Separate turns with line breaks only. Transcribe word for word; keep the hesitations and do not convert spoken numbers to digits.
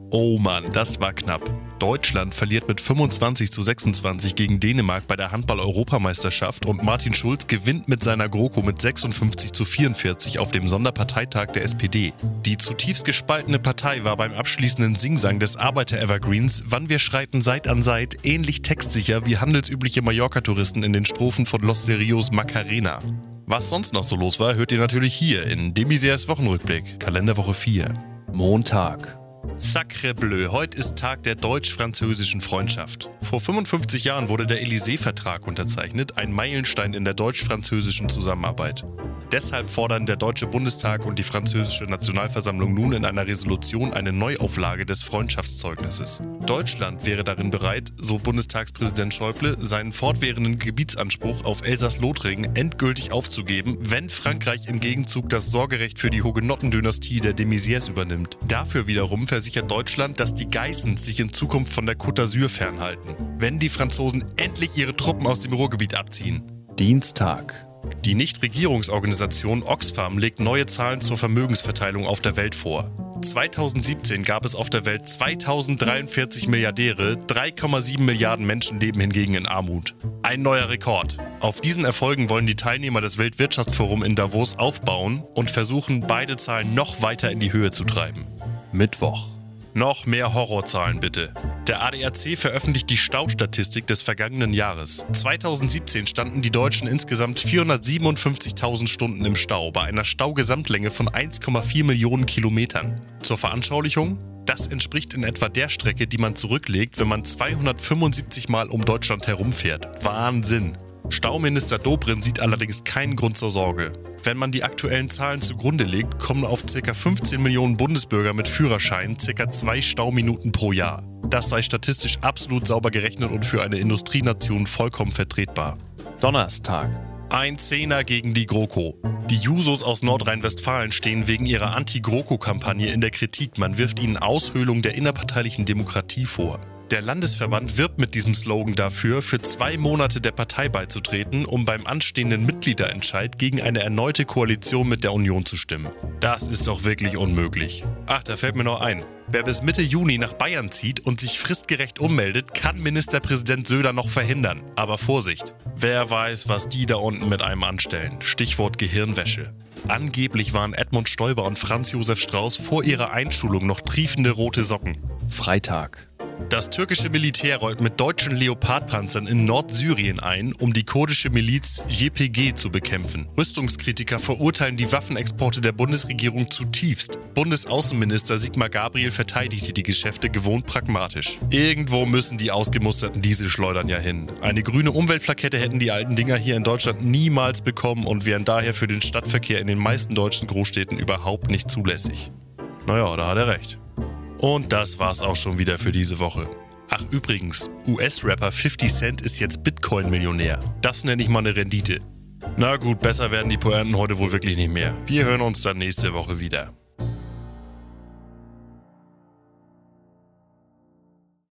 Oh Mann, das war knapp. Deutschland verliert mit fünfundzwanzig zu sechsundzwanzig gegen Dänemark bei der Handball-Europameisterschaft und Martin Schulz gewinnt mit seiner GroKo mit sechsundfünfzig zu vierundvierzig auf dem Sonderparteitag der S P D. Die zutiefst gespaltene Partei war beim abschließenden Singsang des Arbeiter-Evergreens "Wann wir schreiten Seit an Seit" ähnlich textsicher wie handelsübliche Mallorca-Touristen in den Strophen von Los de Rios Macarena. Was sonst noch so los war, hört ihr natürlich hier in de Maizières Wochenrückblick, Kalenderwoche vier. Montag. Sacre bleu, heute ist Tag der deutsch-französischen Freundschaft. Vor fünfundfünfzig Jahren wurde der Élysée-Vertrag unterzeichnet, ein Meilenstein in der deutsch-französischen Zusammenarbeit. Deshalb fordern der Deutsche Bundestag und die französische Nationalversammlung nun in einer Resolution eine Neuauflage des Freundschaftszeugnisses. Deutschland wäre darin bereit, so Bundestagspräsident Schäuble, seinen fortwährenden Gebietsanspruch auf Elsass-Lothringen endgültig aufzugeben, wenn Frankreich im Gegenzug das Sorgerecht für die Hugenotten-Dynastie der de Maizières übernimmt. Dafür wiederum versichert Deutschland, dass die Geissens sich in Zukunft von der Côte d'Azur fernhalten, wenn die Franzosen endlich ihre Truppen aus dem Ruhrgebiet abziehen. Dienstag. Die Nichtregierungsorganisation Oxfam legt neue Zahlen zur Vermögensverteilung auf der Welt vor. zweitausendsiebzehn gab es auf der Welt zweitausenddreiundvierzig Milliardäre, drei Komma sieben Milliarden Menschen leben hingegen in Armut. Ein neuer Rekord. Auf diesen Erfolgen wollen die Teilnehmer des Weltwirtschaftsforums in Davos aufbauen und versuchen, beide Zahlen noch weiter in die Höhe zu treiben. Mittwoch. Noch mehr Horrorzahlen bitte. Der A D A C veröffentlicht die Staustatistik des vergangenen Jahres. zweitausendsiebzehn standen die Deutschen insgesamt vierhundertsiebenundfünfzigtausend Stunden im Stau, bei einer Staugesamtlänge von eins Komma vier Millionen Kilometern. Zur Veranschaulichung: Das entspricht in etwa der Strecke, die man zurücklegt, wenn man zweihundertfünfundsiebzig Mal um Deutschland herumfährt. Wahnsinn! Stauminister Dobrindt sieht allerdings keinen Grund zur Sorge. Wenn man die aktuellen Zahlen zugrunde legt, kommen auf ca. fünfzehn Millionen Bundesbürger mit Führerschein ca. zwei Stauminuten pro Jahr. Das sei statistisch absolut sauber gerechnet und für eine Industrienation vollkommen vertretbar. Donnerstag. Ein Zehner gegen die GroKo. Die Jusos aus Nordrhein-Westfalen stehen wegen ihrer Anti-GroKo-Kampagne in der Kritik. Man wirft ihnen Aushöhlung der innerparteilichen Demokratie vor. Der Landesverband wirbt mit diesem Slogan dafür, für zwei Monate der Partei beizutreten, um beim anstehenden Mitgliederentscheid gegen eine erneute Koalition mit der Union zu stimmen. Das ist doch wirklich unmöglich. Ach, da fällt mir noch ein. Wer bis Mitte Juni nach Bayern zieht und sich fristgerecht ummeldet, kann Ministerpräsident Söder noch verhindern. Aber Vorsicht, wer weiß, was die da unten mit einem anstellen. Stichwort Gehirnwäsche. Angeblich waren Edmund Stoiber und Franz Josef Strauß vor ihrer Einschulung noch triefende rote Socken. Freitag. Das türkische Militär rollt mit deutschen Leopardpanzern in Nordsyrien ein, um die kurdische Miliz J P G zu bekämpfen. Rüstungskritiker verurteilen die Waffenexporte der Bundesregierung zutiefst. Bundesaußenminister Sigmar Gabriel verteidigte die Geschäfte gewohnt pragmatisch. Irgendwo müssen die ausgemusterten Dieselschleudern ja hin. Eine grüne Umweltplakette hätten die alten Dinger hier in Deutschland niemals bekommen und wären daher für den Stadtverkehr in den meisten deutschen Großstädten überhaupt nicht zulässig. Naja, da hat er recht. Und das war's auch schon wieder für diese Woche. Ach übrigens, U S-Rapper fifty Cent ist jetzt Bitcoin-Millionär. Das nenne ich mal eine Rendite. Na gut, besser werden die Pointen heute wohl wirklich nicht mehr. Wir hören uns dann nächste Woche wieder.